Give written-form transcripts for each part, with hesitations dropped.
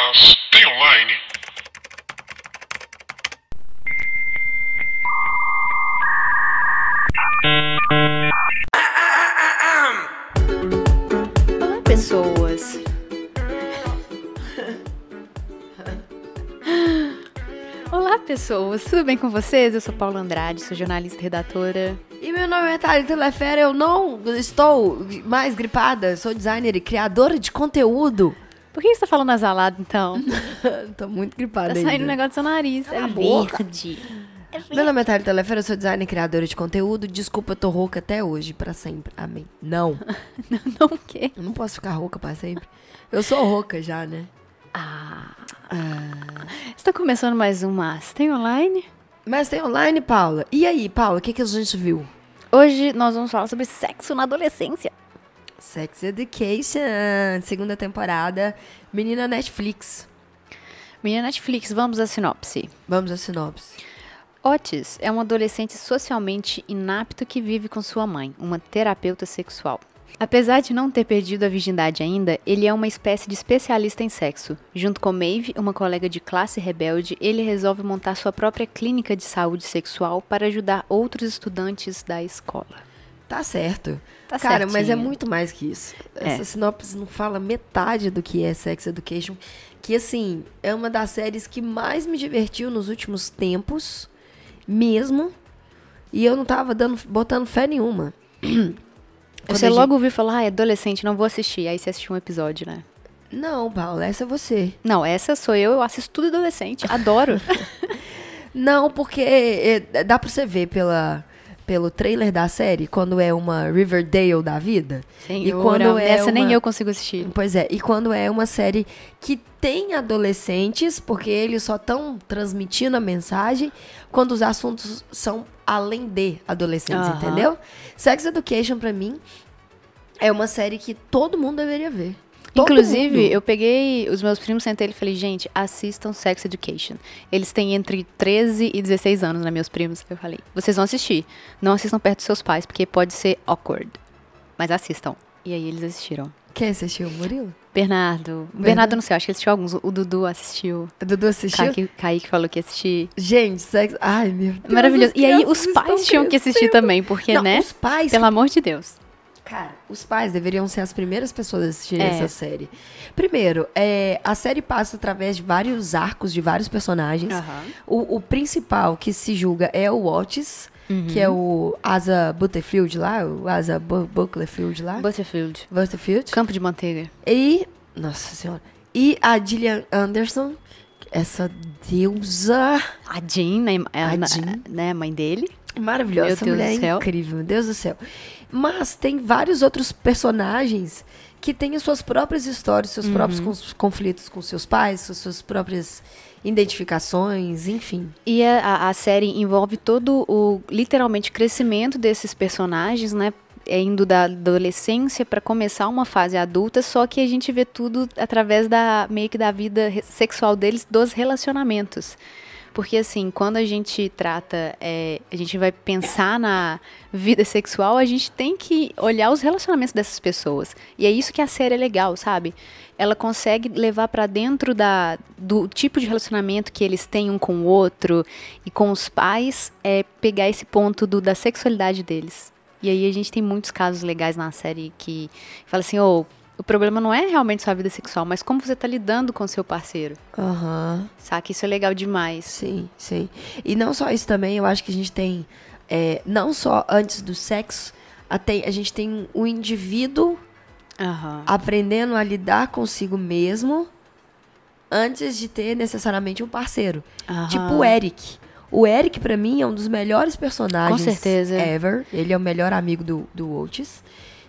Mas tem online? Olá, pessoas. Olá, pessoas. Tudo bem com vocês? Eu sou Paula Andrade, sou jornalista e redatora. E meu nome é Thalita Lefera, eu não estou mais gripada, sou designer e criadora de conteúdo. Por que você tá falando asalado, então? Tô muito gripada Tá ainda. saindo um negócio do seu nariz. Cala É a boca. verde. Meu nome é Thalita Lefera, eu sou designer e criadora de conteúdo. Desculpa, eu tô rouca até hoje, pra sempre. Amém. Não, Não o quê? eu não posso ficar rouca pra sempre. Eu sou rouca já, né? Está começando mais um Mas Tem Online? Mas tem online, Paula. E aí, Paula, o que a gente viu? Hoje nós vamos falar sobre sexo na adolescência. Sex Education, segunda temporada, menina Netflix. Menina Netflix, vamos à sinopse. Vamos à sinopse. Otis é um adolescente socialmente inapto que vive com sua mãe, uma terapeuta sexual. Apesar de não ter perdido a virgindade ainda, ele é uma espécie de especialista em sexo. Junto com Maeve, uma colega de classe rebelde, ele resolve montar sua própria clínica de saúde sexual para ajudar outros estudantes da escola. Tá certo. Tá Cara, mas é certinho. muito mais que isso. É. Essa sinopse não fala metade do que é Sex Education, que, assim, é uma das séries que mais me divertiu nos últimos tempos, mesmo, e eu não tava botando fé nenhuma. Você logo ouviu falar, adolescente, não vou assistir. Aí você assistiu um episódio, né? Não, Paula, essa é você. Não, essa sou eu assisto tudo adolescente, adoro. Não, porque dá pra você ver pelo trailer da série, quando é uma Riverdale da vida. Senhora, e quando é essa nem uma- eu consigo assistir. Pois é, e quando é uma série que tem adolescentes, porque eles só estão transmitindo a mensagem, quando os assuntos são além de adolescentes, Aham. entendeu? Sex Education, pra mim, é uma série que todo mundo deveria ver. Todo Inclusive, mundo. eu peguei os meus primos, sentei e falei, gente, assistam Sex Education. Eles têm entre 13 e 16 anos, né, meus primos? Eu falei, vocês vão assistir. Não assistam perto dos seus pais, porque pode ser awkward. Mas assistam. E aí eles assistiram. Quem assistiu? Murilo? Bernardo não sei, acho que ele assistiu alguns. O Dudu assistiu. O Dudu assistiu? Kaique falou que ia assistir. Gente, sex... Ai, meu Deus. Maravilhoso. as E aí crianças os pais estão tinham que assistir crescendo. também, porque, Não, né? os pais... Pelo amor de Deus. Cara, os pais deveriam ser as primeiras pessoas a assistirem É. essa série. Primeiro, a série passa através de vários arcos de vários personagens. Aham. O principal que se julga é o Otis, que é o Asa Butterfield lá, o Asa Butterfield lá. Butterfield. Butterfield. Campo de manteiga. E, nossa senhora, e a Gillian Anderson, essa deusa A Jean, né? A Jean. Né, mãe dele. maravilhosa, Meu essa Deus mulher do céu. é incrível, meu Deus do céu. Mas tem vários outros personagens que têm as suas próprias histórias, seus próprios conflitos com seus pais, suas próprias identificações, enfim. E a série envolve todo o, literalmente, crescimento desses personagens, né? Indo da adolescência para começar uma fase adulta, só que a gente vê tudo através meio que da vida sexual deles, dos relacionamentos. Porque, assim, quando a gente trata, a gente vai pensar na vida sexual, a gente tem que olhar os relacionamentos dessas pessoas. E é isso que a série é legal, sabe? Ela consegue levar pra dentro do tipo de relacionamento que eles têm um com o outro e com os pais, pegar esse ponto da sexualidade deles. E aí a gente tem muitos casos legais na série que fala assim, o problema não é realmente sua vida sexual, mas como você tá lidando com seu parceiro. Aham. Saca? Isso é legal demais. Sim, sim. E não só isso também, eu acho que a gente tem, não só antes do sexo, a gente tem o indivíduo Aham. aprendendo a lidar consigo mesmo antes de ter necessariamente um parceiro. Aham. Tipo o Eric. O Eric, pra mim, é um dos melhores personagens Com certeza. ever. Ele é o melhor amigo do Otis.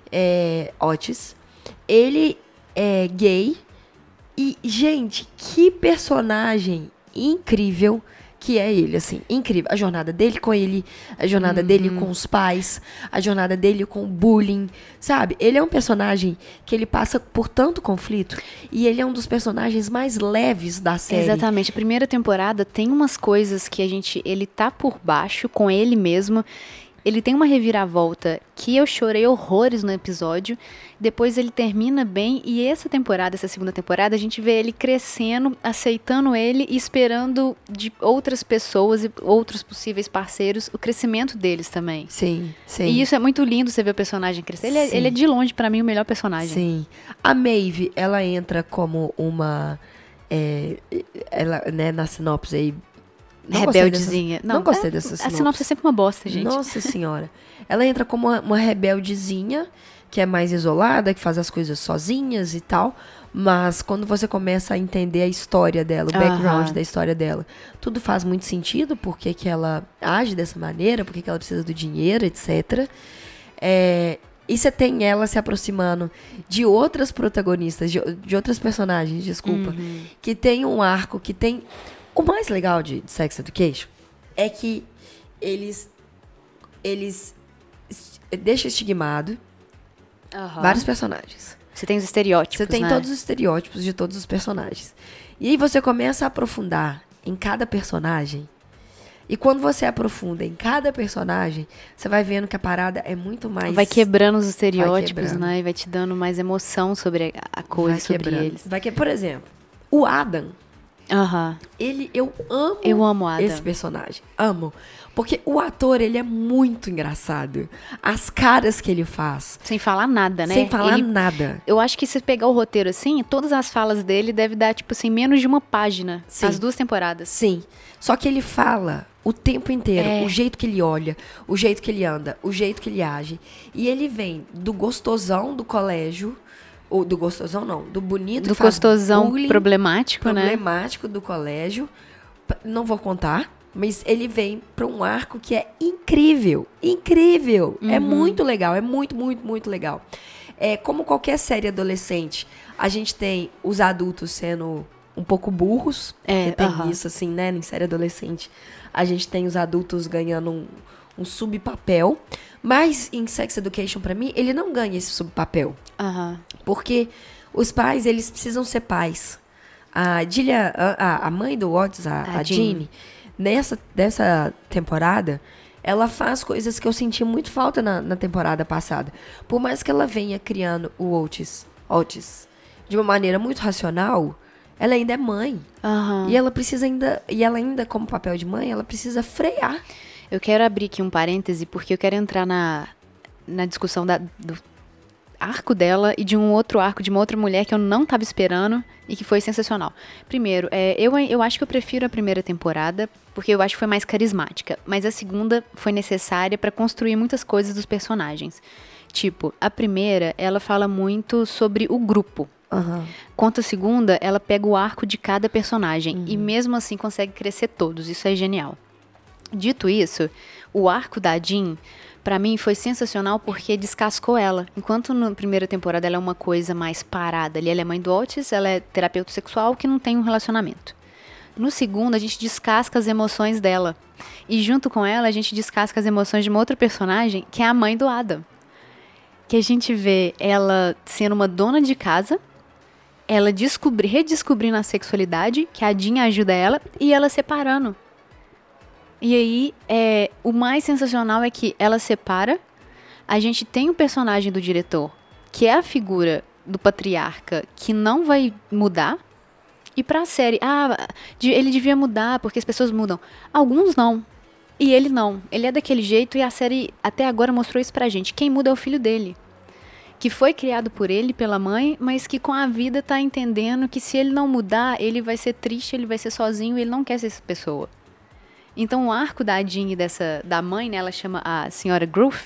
Otis. Ele é gay. E, gente, que personagem incrível que é ele, assim, incrível. A jornada dele com ele, a jornada dele com os pais, a jornada dele com o bullying, sabe? Ele é um personagem que ele passa por tanto conflito e ele é um dos personagens mais leves da série. Exatamente. A primeira temporada tem umas coisas que ele tá por baixo com ele mesmo, Ele tem uma reviravolta que eu chorei horrores no episódio. Depois ele termina bem. E essa segunda temporada, a gente vê ele crescendo, aceitando ele e esperando de outras pessoas e outros possíveis parceiros o crescimento deles também. Sim, sim. E isso é muito lindo, você ver o personagem crescer. Ele é de longe, pra mim, o melhor personagem. Sim. A Maeve, ela entra como uma... ela, né, na sinopse aí... Rebeldezinha. Não gostei dessa sinopse. A sinopse é sempre uma bosta, gente. Nossa senhora. Ela entra como uma rebeldezinha, que é mais isolada, que faz as coisas sozinhas e tal. Mas quando você começa a entender a história dela, o background da história dela, tudo faz muito sentido. Por que ela age dessa maneira, por que ela precisa do dinheiro, etc. E você tem ela se aproximando de outras protagonistas, de outras personagens, desculpa, que tem um arco, que tem... O mais legal de Sex Education é que eles deixam estigmado vários personagens. Você tem os estereótipos, Você tem todos os estereótipos de todos os personagens. E aí você começa a aprofundar em cada personagem. E quando você aprofunda em cada personagem, você vai vendo que a parada é muito mais... Vai quebrando os estereótipos, né? E vai te dando mais emoção sobre a coisa, sobre eles. Por exemplo, o Adam... Eu amo Adam. Esse personagem. Amo. Porque o ator, ele é muito engraçado. As caras que ele faz. Sem falar nada, né? Sem falar nada. Eu acho que se pegar o roteiro assim, todas as falas dele devem dar, tipo assim, menos de uma página. Sim. As 2 temporadas. Sim. Só que ele fala o tempo inteiro. O jeito que ele olha, o jeito que ele anda, o jeito que ele age. E ele vem do gostosão do colégio... Ou do gostosão, não. Do bonito do gostosão bullying, problemático, né? Problemático do colégio. Não vou contar, mas ele vem para um arco que é incrível. Incrível. É muito legal. É muito, muito, muito legal. Como qualquer série adolescente, a gente tem os adultos sendo um pouco burros. Porque tem isso, assim, né? Em série adolescente, a gente tem os adultos ganhando um subpapel. Mas em Sex Education, pra mim, ele não ganha esse subpapel. Porque os pais, eles precisam ser pais. A mãe do Otis, a Jeannie, nessa temporada, ela faz coisas que eu senti muito falta na temporada passada. Por mais que ela venha criando o Otis de uma maneira muito racional, ela ainda é mãe. E ela precisa ainda, como papel de mãe, ela precisa frear. Eu quero abrir aqui um parêntese, porque eu quero entrar na discussão do arco dela e de um outro arco de uma outra mulher que eu não estava esperando e que foi sensacional. Primeiro, eu acho que eu prefiro a primeira temporada, porque eu acho que foi mais carismática. Mas a segunda foi necessária para construir muitas coisas dos personagens. Tipo, a primeira, ela fala muito sobre o grupo. Quanto a segunda, ela pega o arco de cada personagem e mesmo assim consegue crescer todos. Isso é genial. Dito isso, o arco da Jean, pra mim, foi sensacional porque descascou ela. Enquanto na primeira temporada ela é uma coisa mais parada ali, ela é mãe do Otis, ela é terapeuta sexual que não tem um relacionamento. No segundo, a gente descasca as emoções dela. E junto com ela, a gente descasca as emoções de uma outra personagem, que é a mãe do Adam. Que a gente vê ela sendo uma dona de casa, ela redescobrindo a sexualidade, que a Jean ajuda ela, e ela separando. E aí, o mais sensacional é que ela separa, a gente tem o personagem do diretor, que é a figura do patriarca, que não vai mudar, e pra série, ele devia mudar, porque as pessoas mudam. Alguns não, e ele não. Ele é daquele jeito, e a série até agora mostrou isso pra gente. Quem muda é o filho dele, que foi criado por ele, pela mãe, mas que com a vida tá entendendo que se ele não mudar, ele vai ser triste, ele vai ser sozinho, e ele não quer ser essa pessoa. Então, o arco da Jean e da mãe, né, ela chama a senhora Groove,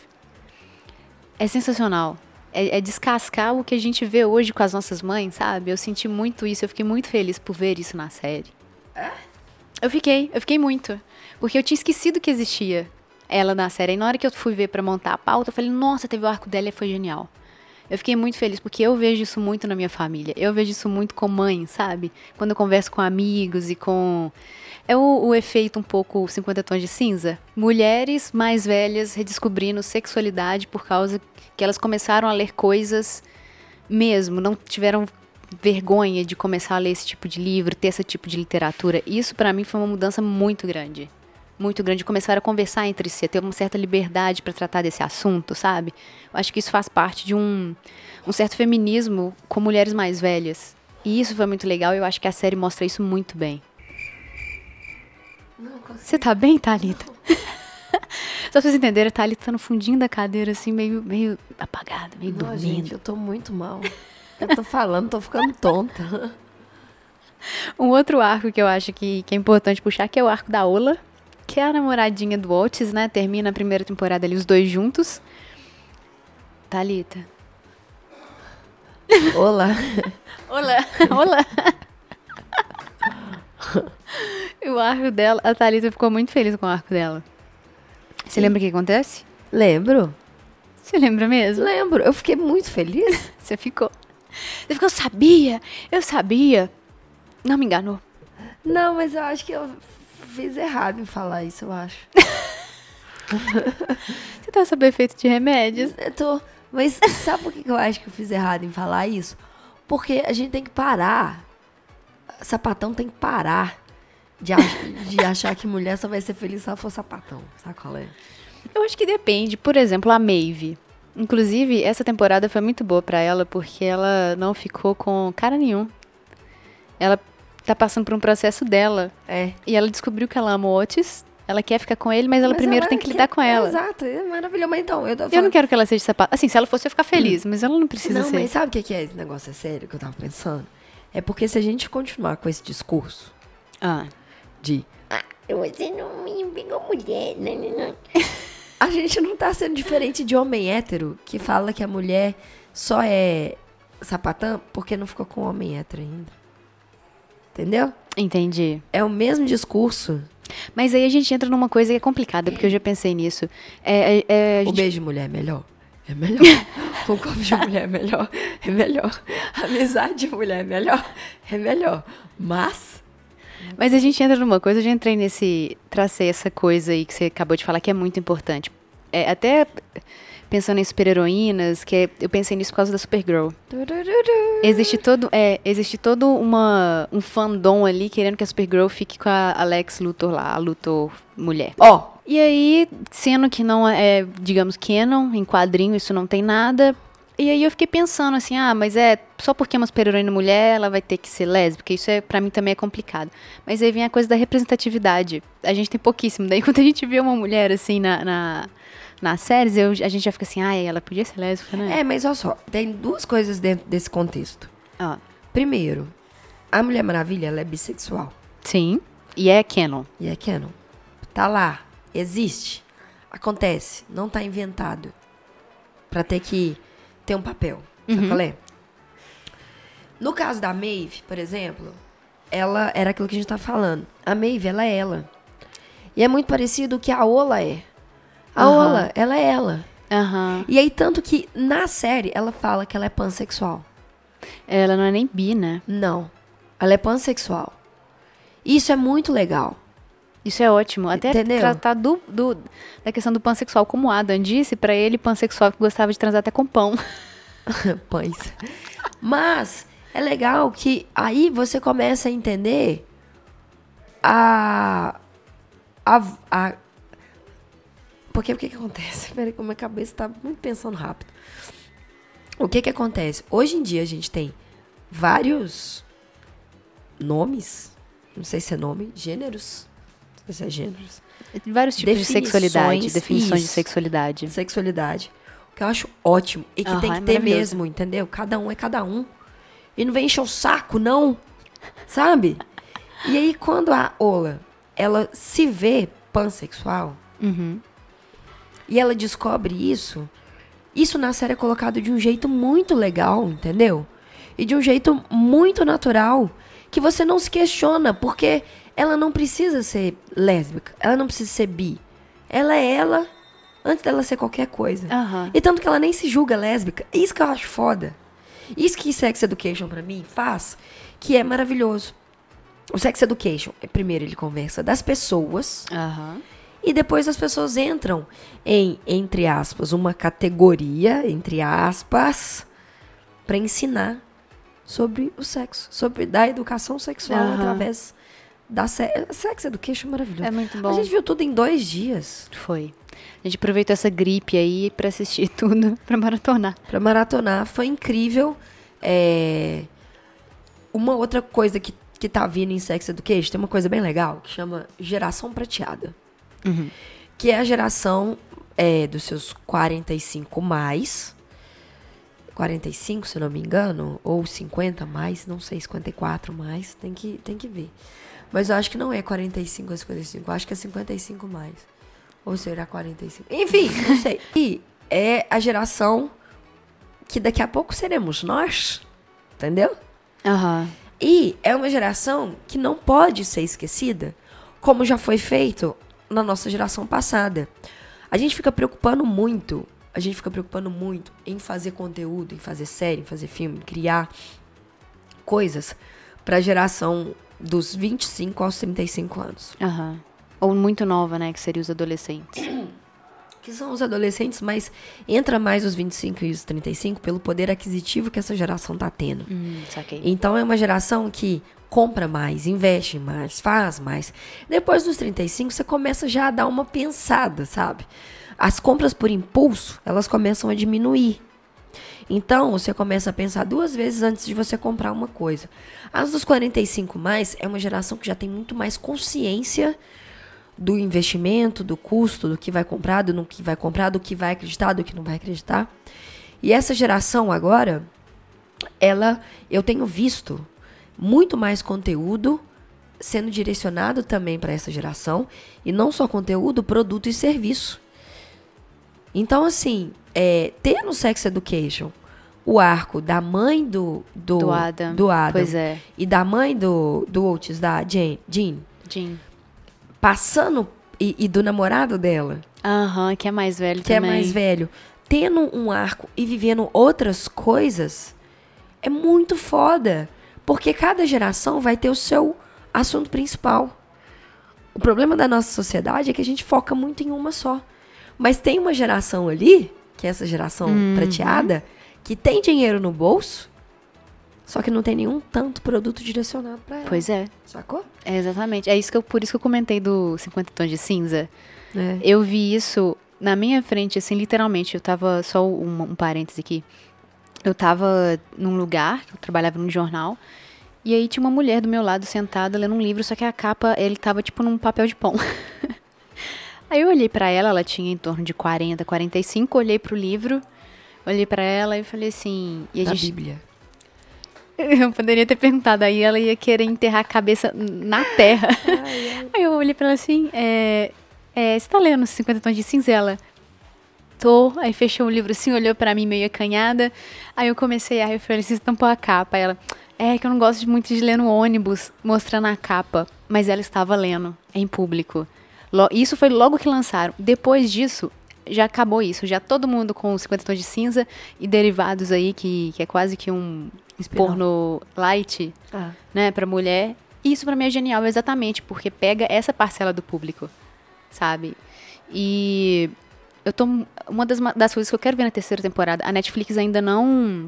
é sensacional. É descascar o que a gente vê hoje com as nossas mães, sabe? Eu senti muito isso, eu fiquei muito feliz por ver isso na série. Eu fiquei muito. Porque eu tinha esquecido que existia ela na série. E na hora que eu fui ver pra montar a pauta, eu falei, nossa, teve o arco dela e foi genial. Eu fiquei muito feliz, porque eu vejo isso muito na minha família. Eu vejo isso muito com mãe, sabe? Quando eu converso com amigos e com... É o efeito um pouco 50 tons de cinza. Mulheres mais velhas redescobrindo sexualidade por causa que elas começaram a ler coisas mesmo. Não tiveram vergonha de começar a ler esse tipo de livro, ter esse tipo de literatura. Isso, pra mim, foi uma mudança muito grande. muito grande, começaram a conversar entre si, a ter uma certa liberdade para tratar desse assunto, sabe? Eu acho que isso faz parte de um certo feminismo com mulheres mais velhas. E isso foi muito legal e eu acho que a série mostra isso muito bem. Você tá bem, Thalita? Só pra vocês entenderem, a Thalita tá no fundinho da cadeira, assim, meio apagada, meio dormindo. Gente, eu tô muito mal. Eu tô falando, tô ficando tonta. Um outro arco que eu acho que é importante puxar, que é o arco da Ola, que é a namoradinha do Otis, né? Termina a primeira temporada ali, os dois juntos. Thalita. Olá. Olá, olá. O arco dela, a Thalita ficou muito feliz com o arco dela. Você lembra o que acontece? Lembro. Você lembra mesmo? Lembro. Eu fiquei muito feliz. Você ficou, eu sabia. Não me enganou. Não, mas eu acho que eu fiz errado em falar isso, eu acho. Você tá sob efeito de remédios? Eu tô. Mas sabe por que eu acho que eu fiz errado em falar isso? Porque a gente tem que parar. Sapatão tem que parar de achar que mulher só vai ser feliz se ela for sapatão. Sabe qual é? Eu acho que depende. Por exemplo, a Maeve. Inclusive, essa temporada foi muito boa pra ela, porque ela não ficou com cara nenhum. Ela tá passando por um processo dela. É. E ela descobriu que ela ama o Otis. Ela quer ficar com ele, mas ela primeiro tem que lidar com ela. Exato, é maravilhoso. Mas então, Eu não quero que ela seja sapata. Assim, se ela fosse, eu ia ficar feliz, mas ela não precisa Não, ser. mas sabe o que é esse negócio? É sério que eu tava pensando? É porque se a gente continuar com esse discurso de você não me pegou mulher, não. A gente não tá sendo diferente de homem hétero que fala que a mulher só é sapatã porque não ficou com homem hétero ainda. Entendeu? Entendi. É o mesmo discurso. Mas aí a gente entra numa coisa que é complicada, porque eu já pensei nisso. O beijo de mulher é melhor? É melhor. O corpo de mulher é melhor? É melhor. A amizade de mulher é melhor? É melhor. Mas a gente entra numa coisa, eu já entrei tracei essa coisa aí que você acabou de falar, que é muito importante. Até pensando em super-heroínas, eu pensei nisso por causa da Supergirl. Existe todo um fandom ali querendo que a Supergirl fique com a Lex Luthor lá, a Luthor mulher. E aí, sendo que não é, digamos, canon, em quadrinho, isso não tem nada. E aí eu fiquei pensando assim, mas só porque é uma super-heroína mulher, ela vai ter que ser lésbica. Isso pra mim também é complicado. Mas aí vem a coisa da representatividade. A gente tem pouquíssimo. Daí quando a gente vê uma mulher assim nas séries, a gente já fica assim, ela podia ser lésbica, né? Mas olha só, tem duas coisas dentro desse contexto. Primeiro, a Mulher Maravilha, ela é bissexual. Sim, e é canon. Tá lá, existe, acontece, não tá inventado pra ter que ter um papel, sabe qual é? No caso da Maeve, por exemplo, ela era aquilo que a gente tá falando. A Maeve, ela é ela. E é muito parecido o que a Ola é. A Ola, ela é ela. E aí, tanto que na série, ela fala que ela é pansexual. Ela não é nem bi, né? Não. Ela é pansexual. Isso é muito legal. Isso é ótimo. Até Entendeu? tratar da questão do pansexual, como o Adam disse, pra ele, pansexual que gostava de transar até com pão. Pães. Mas é legal que aí você começa a entender porque o que acontece? Peraí, como a cabeça tá muito pensando rápido. O que acontece? Hoje em dia a gente tem vários nomes, não sei se é nome, gêneros, não sei se é gêneros. Vários tipos de sexualidade, definições de sexualidade. Sexualidade. O que eu acho ótimo e que tem que ter mesmo, entendeu? Cada um é cada um. E não vem encher o saco, não. Sabe? E aí, quando a Ola, ela se vê pansexual, e ela descobre isso na série é colocado de um jeito muito legal, entendeu? E de um jeito muito natural, que você não se questiona, porque ela não precisa ser lésbica, ela não precisa ser bi. Ela é ela antes dela ser qualquer coisa. E tanto que ela nem se julga lésbica. Isso que eu acho foda. Isso que Sex Education pra mim faz, que é maravilhoso. O Sex Education, primeiro ele conversa das pessoas, e depois as pessoas entram em, entre aspas, uma categoria, entre aspas, pra ensinar sobre o sexo, sobre da educação sexual através da Sex Education, maravilhoso. É muito bom. A gente viu tudo em 2 dias. Foi. A gente aproveitou essa gripe aí pra assistir tudo, pra maratonar. Pra maratonar. Foi incrível. Uma outra coisa que tá vindo em Sex Education, tem uma coisa bem legal, que chama Geração Prateada. Uhum. Que é a geração dos seus 45 mais. 45, se eu não me engano. Ou 50 mais, não sei, 54 mais. Tem que ver. Mas eu acho que não é 45 ou 55. Eu acho que é 55 mais. Ou será 45? Enfim, não sei. E é a geração que daqui a pouco seremos nós. Entendeu? Aham. E é uma geração que não pode ser esquecida, como já foi feito na nossa geração passada. A gente fica preocupando muito em fazer conteúdo, em fazer série, em fazer filme, em criar coisas pra geração dos 25 aos 35 anos. Aham. Ou muito nova, né? Que seria os adolescentes. Que são os adolescentes, mas entra mais os 25 e os 35 pelo poder aquisitivo que essa geração tá tendo. Saquei. Então é uma geração que compra mais, investe mais, faz mais. Depois dos 35, você começa já a dar uma pensada, sabe? As compras por impulso, elas começam a diminuir. Então, você começa a pensar 2 vezes antes de você comprar uma coisa. As dos 45 mais é uma geração que já tem muito mais consciência do investimento, do custo, do que vai comprar, do que vai comprar, do que vai acreditar, do que não vai acreditar. E essa geração agora, eu tenho visto muito mais conteúdo sendo direcionado também para essa geração. E não só conteúdo, produto e serviço. Então, assim, ter no Sex Education o arco da mãe do Adam Pois é. e da mãe do Otis, da Jean, passando, e do namorado dela. Aham, que é mais velho que também. é mais velho, tendo um arco e vivendo outras coisas, é muito foda. Porque cada geração vai ter o seu assunto principal. O problema da nossa sociedade é que a gente foca muito em uma só. Mas tem uma geração ali, que é essa geração prateada, que tem dinheiro no bolso, só que não tem nenhum tanto produto direcionado pra ela. Pois é. Sacou? É, exatamente. Por isso que eu comentei do 50 Tons de Cinza. É. Eu vi isso na minha frente, assim, literalmente. Eu tava, só um parêntese aqui. Eu tava num lugar, eu trabalhava num jornal, e aí tinha uma mulher do meu lado sentada lendo um livro, só que a capa, ele tava tipo num papel de pão. Aí eu olhei pra ela, ela tinha em torno de 40, 45, olhei pro livro, olhei pra ela e falei assim... E a Da gente... Bíblia. Eu poderia ter perguntado, aí ela ia querer enterrar a cabeça na terra. Aí eu olhei pra ela assim, você tá lendo 50 Tons de Cinza? Ela, tô. Aí fechou o livro assim, olhou pra mim meio acanhada. Aí eu comecei a falei, você tampou a capa. Aí ela, que eu não gosto muito de ler no ônibus, mostrando a capa. Mas ela estava lendo, em público. Isso foi logo que lançaram. Depois disso, já acabou isso. Já todo mundo com 50 Tons de Cinza e derivados aí, que é quase que um porno light, né, pra mulher. Isso pra mim é genial, exatamente, porque pega essa parcela do público, sabe? E uma das coisas que eu quero ver na 3ª temporada, a Netflix ainda não...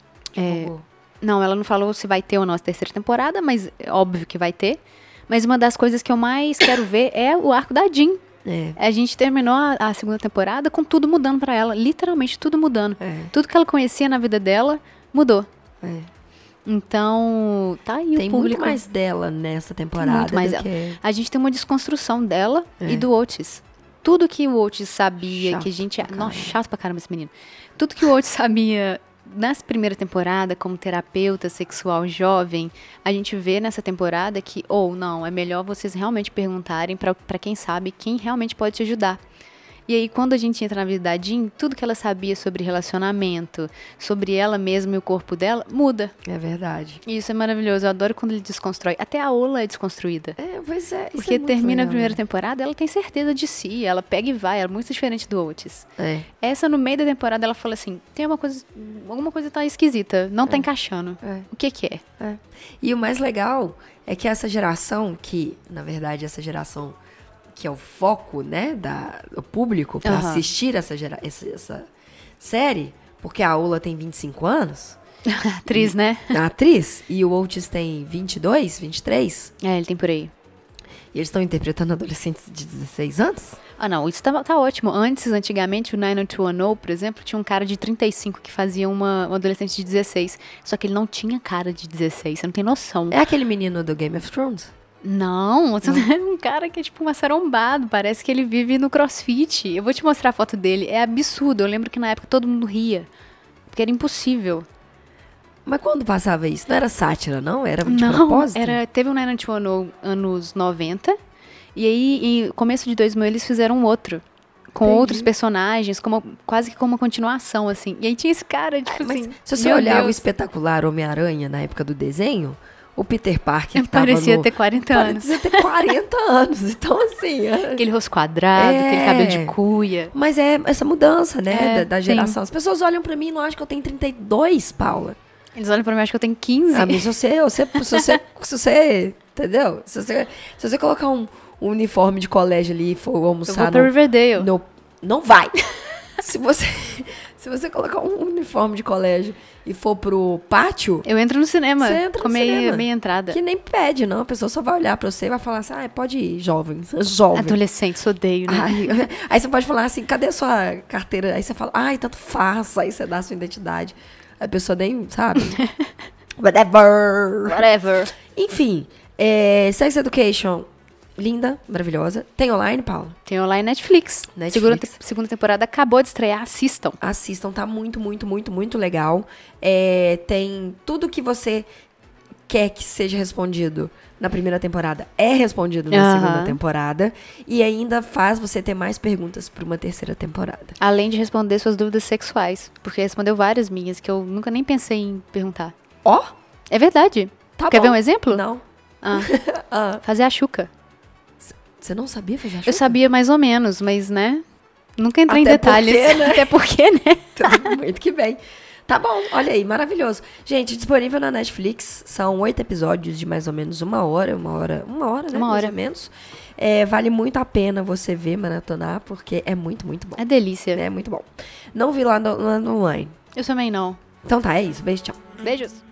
Não, ela não falou se vai ter ou não a 3ª temporada, mas é óbvio que vai ter. Mas uma das coisas que eu mais quero ver é o arco da Jean. A gente terminou a 2ª temporada com tudo mudando pra ela. Literalmente tudo mudando. Tudo que ela conhecia na vida dela mudou. Então, tá aí tem o público. Tem muito mais dela nessa temporada. Muito mais do que... A gente tem uma desconstrução dela e do Otis. Tudo que o Otis sabia, chato que a gente... pra Nossa, chato pra caramba esse menino. Tudo que o Otis sabia na primeira temporada, como terapeuta sexual jovem, a gente vê nessa temporada que, não, é melhor vocês realmente perguntarem pra quem sabe, quem realmente pode te ajudar. E aí, quando a gente entra na vida da Jean, tudo que ela sabia sobre relacionamento, sobre ela mesma e o corpo dela, muda. É verdade. E isso é maravilhoso. Eu adoro quando ele desconstrói. Até a Ola é desconstruída. Pois é. Porque isso é termina legal, a primeira temporada, ela tem certeza de si. Ela pega e vai. Ela é muito diferente do Otis. Essa, no meio da temporada, ela fala assim, tem alguma coisa tá esquisita. Não tá encaixando. O que é? E o mais legal é que essa geração, que, na verdade, essa geração... que é o foco, né, do público para assistir essa série, porque a Ola tem 25 anos. A atriz, né? A atriz. E o Otis tem 22, 23. Ele tem por aí. E eles estão interpretando adolescentes de 16 anos? Ah, não, isso tá ótimo. Antigamente, o 90210, por exemplo, tinha um cara de 35 que fazia uma adolescente de 16. Só que ele não tinha cara de 16, você não tem noção. É aquele menino do Game of Thrones? Não, é um cara que é tipo um maçarombado, parece que ele vive no CrossFit. Eu vou te mostrar a foto dele, é absurdo. Eu lembro que na época todo mundo ria, porque era impossível. Mas quando passava isso? Não era sátira, não? Era de Não, propósito? teve um 90210 anos 90, e aí, em começo de 2000, eles fizeram outro. Com Entendi. outros personagens, quase que como uma continuação, assim. E aí tinha esse cara, tipo Mas assim... se você meu olhar o Deus, espetacular Homem-Aranha na época do desenho, o Peter Parker que tava parecia ter 40 anos. Parecia ter 40 anos. Então, assim... Aquele rosto quadrado, aquele cabelo de cuia. Mas é essa mudança, né? É, da geração. As pessoas olham pra mim e não acham que eu tenho 32, Paula. Eles olham pra mim e acham que eu tenho 15. Ah, mas se você entendeu? Se você colocar um uniforme de colégio ali e for Eu almoçar vou pra Riverdale. não vai. se você colocar um uniforme de colégio e for pro pátio, Eu entro no cinema, você entra com no cinema. meia entrada. Que nem pede, não. A pessoa só vai olhar pra você e vai falar assim, pode ir, jovem. Jovem. Adolescentes, odeio, né? Aí você pode falar assim, cadê a sua carteira? Aí você fala, tanto faz. Aí você dá a sua identidade. A pessoa nem, sabe? Whatever. Enfim, Sex Education, linda, maravilhosa. Tem online, Paulo? Tem online Netflix. Netflix. Segunda temporada acabou de estrear, assistam. Assistam, tá muito, muito, muito, muito legal. Tem tudo que você quer que seja respondido na primeira temporada é respondido na segunda temporada. E ainda faz você ter mais perguntas para uma terceira temporada. Além de responder suas dúvidas sexuais. Porque respondeu várias minhas que eu nunca nem pensei em perguntar. Ó, É verdade. tá Quer bom. ver um exemplo? Não. Fazer a chuca. Você não sabia fazer a Eu chuca? sabia mais ou menos, mas, né? Nunca entrei Até em detalhes. porque, né? Até porque, né? Tudo muito que bem. Tá bom, olha aí, maravilhoso. Gente, disponível na Netflix, são 8 episódios de mais ou menos uma hora, né? Mais ou menos. Vale muito a pena você ver, maratonar, porque é muito, muito bom. É delícia. É muito bom. Não vi lá no online. Eu também não. Então tá, é isso. Beijo, tchau. Beijos.